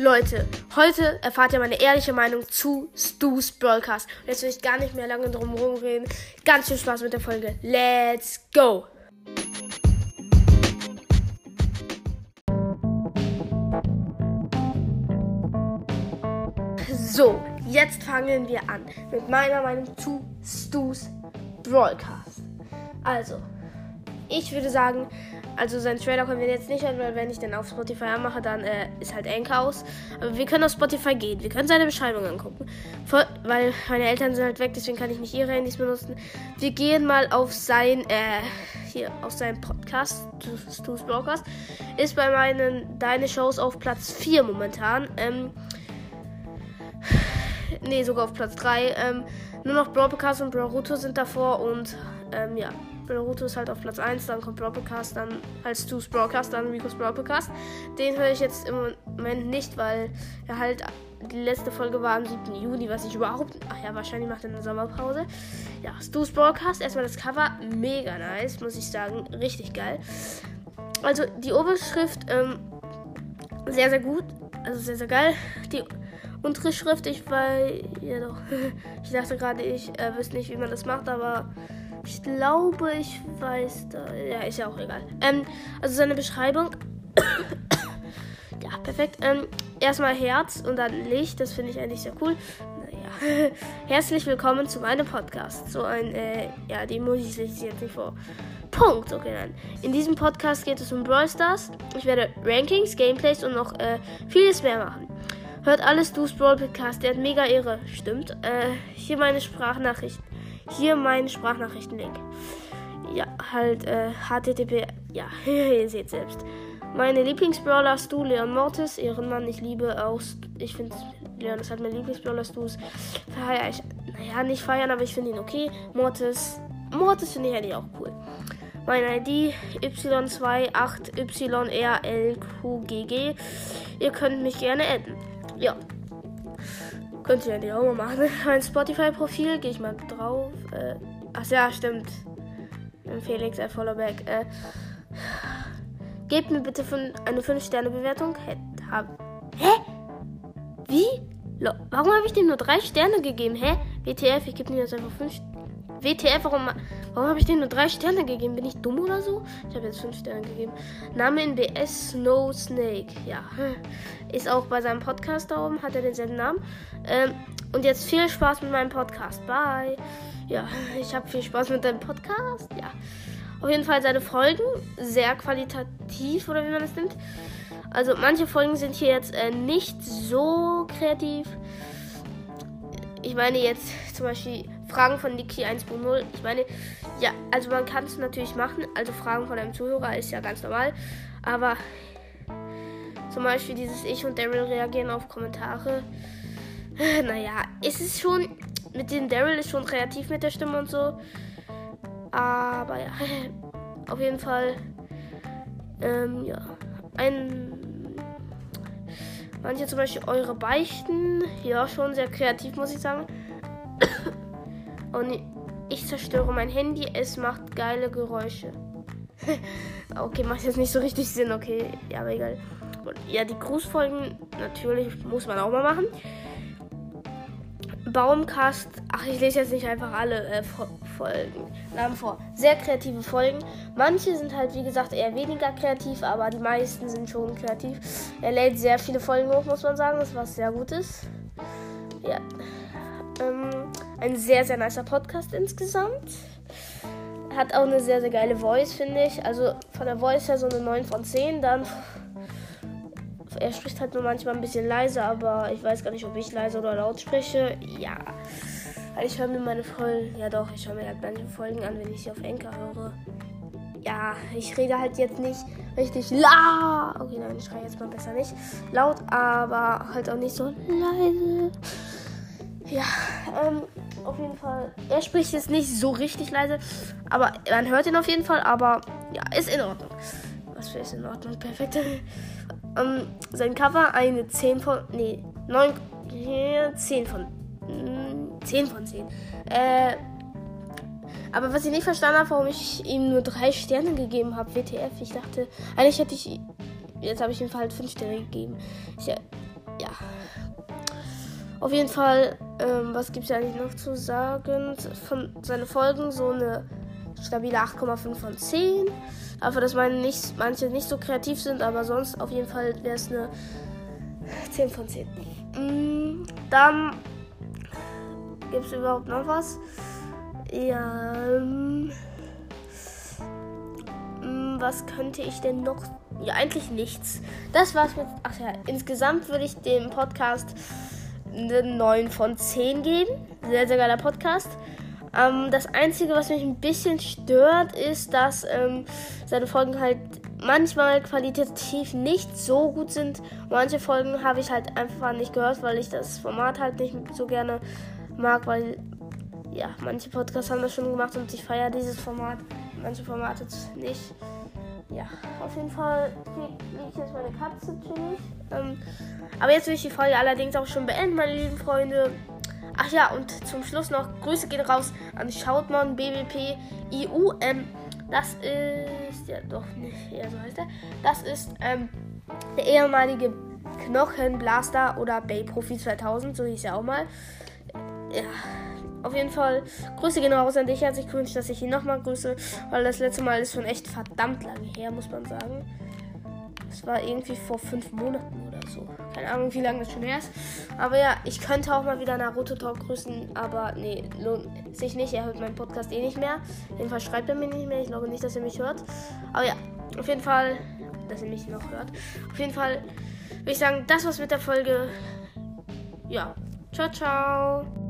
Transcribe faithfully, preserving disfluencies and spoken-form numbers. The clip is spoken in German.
Leute, heute erfahrt ihr meine ehrliche Meinung zu Stu's Broadcast. Und jetzt will ich gar nicht mehr lange drum herum reden. Ganz viel Spaß mit der Folge. Let's go! So, jetzt fangen wir an mit meiner Meinung zu Stu's Broadcast. Also, ich würde sagen, also seinen Trailer können wir jetzt nicht hören, weil wenn ich den auf Spotify anmache, dann äh, ist halt Anchor aus. Aber wir können auf Spotify gehen. Wir können seine Beschreibung angucken. Vor, weil meine Eltern sind halt weg, deswegen kann ich nicht ihre Handys benutzen. Wir gehen mal auf sein, äh, hier, auf seinen Podcast, Stu's Broadcast. Ist bei meinen Deine Shows auf Platz vier momentan. Ähm, nee, sogar auf Platz drei. Ähm, nur noch Broadcast und Boruto sind davor und, ähm, ja. Boruto ist halt auf Platz eins, dann kommt Broadcast, dann als Stu's Broadcast, dann Rico's Broadcast. Den höre ich jetzt im Moment nicht, weil er halt, die letzte Folge war am siebten Juni, was ich überhaupt, ach ja, wahrscheinlich macht er eine Sommerpause. Ja, Stu's Broadcast, erstmal das Cover, mega nice, muss ich sagen, richtig geil. Also die Oberschrift, ähm, sehr, sehr gut, also sehr, sehr geil. Die untere Schrift, ich weiß, ja doch, ich dachte gerade, ich äh, wüsste nicht, wie man das macht, aber ich glaube, ich weiß da. Ja, ist ja auch egal. Ähm, also seine Beschreibung. Ja, perfekt. Ähm, erstmal Herz und dann Licht. Das finde ich eigentlich sehr cool. Naja. Herzlich willkommen zu meinem Podcast. So ein, äh, ja, die muss ich lese jetzt nicht vor. Punkt. Okay, nein. In diesem Podcast geht es um Brawl Stars. Ich werde Rankings, Gameplays und noch äh, vieles mehr machen. Hört alles Stu's Brawl Podcast. Der hat mega Ehre. Stimmt. Äh, hier meine Sprachnachricht. Hier mein Sprachnachrichten-Link. Ja, halt äh, H T T P. Ja, ihr seht selbst. Meine Lieblingsbrawler Stu, Leon Mortis, Ehrenmann. Ich liebe auch, ich finde, Leon ist halt mein Lieblingsbrawler Stu's. Feier ich, naja, nicht feiern, aber ich finde ihn okay. Mortis, Mortis finde ich eigentlich auch cool. Meine I D Y zwei acht Y R L Q G G. Ihr könnt mich gerne adden. Ja. Könnt ihr ja auch mal machen. Mein Spotify-Profil, gehe ich mal drauf. Äh, ach ja, stimmt. Felix, ein Followback. Äh, gebt mir bitte fün- eine fünf Sterne Bewertung. Hä? Hä? Wie? Lo- warum habe ich dem nur drei Sterne gegeben? Hä? W T F, ich gebe ihm jetzt einfach fünf Sterne. W T F, warum, warum habe ich dem nur drei Sterne gegeben? Bin ich dumm oder so? Ich habe jetzt fünf Sterne gegeben. Name in B S Snow Snake. Ja. Ist auch bei seinem Podcast da oben. Hat er denselben Namen. Ähm, und jetzt viel Spaß mit meinem Podcast. Bye. Ja, ich habe viel Spaß mit deinem Podcast. Ja. Auf jeden Fall seine Folgen. Sehr qualitativ, oder wie man das nennt. Also manche Folgen sind hier jetzt äh, nicht so kreativ. Ich meine jetzt zum Beispiel Fragen von Niki eins Punkt null. Ich meine, ja, also man kann es natürlich machen. Also Fragen von einem Zuhörer ist ja ganz normal. Aber zum Beispiel dieses Ich und Daryl reagieren auf Kommentare. Naja, es ist schon, mit dem Daryl ist schon kreativ mit der Stimme und so. Aber ja, auf jeden Fall, ähm, ja, ein, manche zum Beispiel eure Beichten, ja, schon sehr kreativ, muss ich sagen. Und ich zerstöre mein Handy, es macht geile Geräusche. Okay, macht jetzt nicht so richtig Sinn, okay, ja, aber egal. Und ja, die Grußfolgen, natürlich muss man auch mal machen. Baumcast, ach, ich lese jetzt nicht einfach alle äh, Folgen, Namen vor. Sehr kreative Folgen. Manche sind halt, wie gesagt, eher weniger kreativ, aber die meisten sind schon kreativ. Er lädt sehr viele Folgen hoch, muss man sagen, das was sehr gut ist. Ja. Ähm, ein sehr, sehr nicer Podcast insgesamt. Hat auch eine sehr, sehr geile Voice, finde ich. Also von der Voice her so eine neun von zehn. Dann, er spricht halt nur manchmal ein bisschen leise, aber ich weiß gar nicht, ob ich leise oder laut spreche. Ja, ich höre mir meine Folgen, ja doch, ich höre mir halt manche Folgen an, wenn ich sie auf Anchor höre. Ja, ich rede halt jetzt nicht richtig laut. Okay, nein, ich schreie jetzt mal besser nicht. Laut, aber halt auch nicht so leise. Ja, ähm, auf jeden Fall. Er spricht jetzt nicht so richtig leise, aber man hört ihn auf jeden Fall, aber ja, ist in Ordnung. Was für ist in Ordnung? Perfekt. ähm, sein Cover eine zehn von, nee, neun, zehn von, zehn von zehn. Äh, aber was ich nicht verstanden habe, warum ich ihm nur drei Sterne gegeben habe, W T F. Ich dachte, eigentlich hätte ich, jetzt habe ich ihm halt fünf Sterne gegeben. Ich, ja. Auf jeden Fall, ähm, was gibt es eigentlich noch zu sagen? Von seinen Folgen so eine stabile acht Komma fünf von zehn. Aber dass meine nicht, manche nicht so kreativ sind, aber sonst auf jeden Fall wäre es eine zehn von zehn. Mm, dann gibt es überhaupt noch was? Ja, ähm, was könnte ich denn noch? Ja, eigentlich nichts. Das war's mit. Ach ja, insgesamt würde ich dem Podcast eine neun von zehn geben. Sehr, sehr geiler Podcast. Ähm, das Einzige, was mich ein bisschen stört, ist, dass ähm, seine Folgen halt manchmal qualitativ nicht so gut sind. Manche Folgen habe ich halt einfach nicht gehört, weil ich das Format halt nicht so gerne mag, weil ja, manche Podcasts haben das schon gemacht und ich feiere dieses Format. Manche Formate nicht. Ja, auf jeden Fall liegt jetzt meine Katze chillig. Ähm, aber jetzt will ich die Folge allerdings auch schon beenden, meine lieben Freunde. Ach ja, und zum Schluss noch Grüße gehen raus an Shoutmon B W P I U. Ähm, das ist, ja doch nicht, ja so heißt er. Das ist ähm, der ehemalige Knochenblaster oder Bay-Profi zweitausend, so hieß er auch mal. Ja, auf jeden Fall Grüße gehen raus an dich. Herzlich gewünscht, dass ich ihn nochmal grüße, weil das letzte Mal ist schon echt verdammt lange her, muss man sagen. Es war irgendwie vor fünf Monaten oder so. Keine Ahnung, wie lange das schon her ist. Aber ja, ich könnte auch mal wieder Naruto Talk grüßen, aber nee, lohnt sich nicht. Er hört meinen Podcast eh nicht mehr. Jedenfalls schreibt er mir nicht mehr. Ich glaube nicht, dass er mich hört. Aber ja, auf jeden Fall, dass er mich noch hört. Auf jeden Fall würde ich sagen, das war's mit der Folge. Ja, ciao, ciao.